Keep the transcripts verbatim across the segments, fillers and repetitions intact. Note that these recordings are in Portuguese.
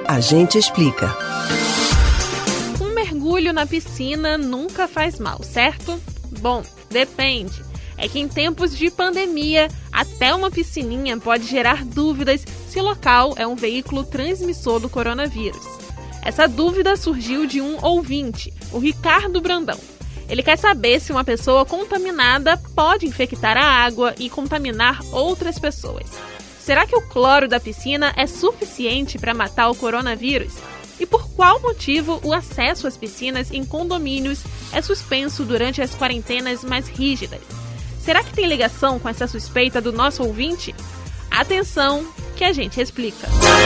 A gente explica. Um mergulho na piscina nunca faz mal, certo? Bom, depende. É que em tempos de pandemia, até uma piscininha pode gerar dúvidas se o local é um veículo transmissor do coronavírus. Essa dúvida surgiu de um ouvinte, o Ricardo Brandão. Ele quer saber se uma pessoa contaminada pode infectar a água e contaminar outras pessoas. Será que o cloro da piscina é suficiente para matar o coronavírus? E por qual motivo o acesso às piscinas em condomínios é suspenso durante as quarentenas mais rígidas? Será que tem ligação com essa suspeita do nosso ouvinte? Atenção, que a gente explica.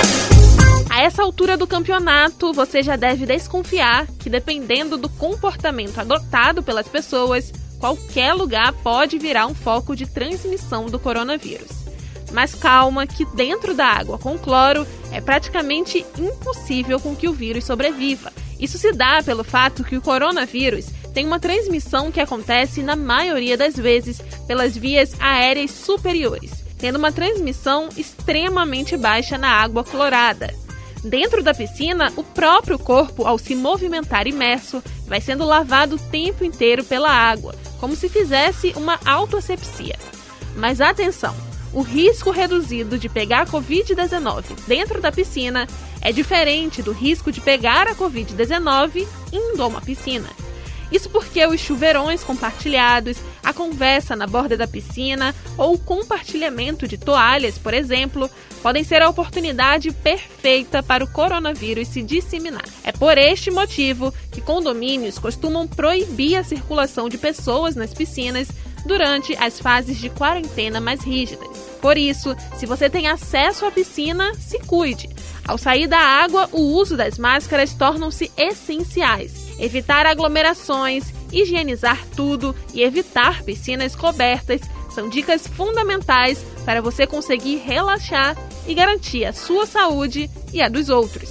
A essa altura do campeonato, você já deve desconfiar que, dependendo do comportamento adotado pelas pessoas, qualquer lugar pode virar um foco de transmissão do coronavírus. Mas calma, que dentro da água com cloro é praticamente impossível com que o vírus sobreviva. Isso se dá pelo fato que o coronavírus tem uma transmissão que acontece, na maioria das vezes, pelas vias aéreas superiores, tendo uma transmissão extremamente baixa na água clorada. Dentro da piscina, o próprio corpo, ao se movimentar imerso, vai sendo lavado o tempo inteiro pela água, como se fizesse uma autoasepsia. Mas atenção, o risco reduzido de pegar a covid dezenove dentro da piscina é diferente do risco de pegar a covid dezenove indo a uma piscina. Isso porque os chuveirões compartilhados, a conversa na borda da piscina ou o compartilhamento de toalhas, por exemplo, podem ser a oportunidade perfeita para o coronavírus se disseminar. É por este motivo que condomínios costumam proibir a circulação de pessoas nas piscinas durante as fases de quarentena mais rígidas. Por isso, se você tem acesso à piscina, se cuide. Ao sair da água, o uso das máscaras tornam-se essenciais. Evitar aglomerações, higienizar tudo e evitar piscinas cobertas são dicas fundamentais para você conseguir relaxar e garantir a sua saúde e a dos outros.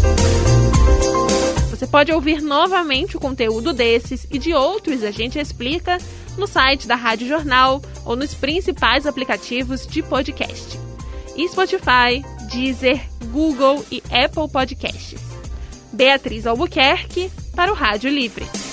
Você pode ouvir novamente o conteúdo desses e de outros A Gente Explica no site da Rádio Jornal ou nos principais aplicativos de podcast: Spotify, Deezer, Google e Apple Podcasts. Beatriz Albuquerque para o Rádio Livre.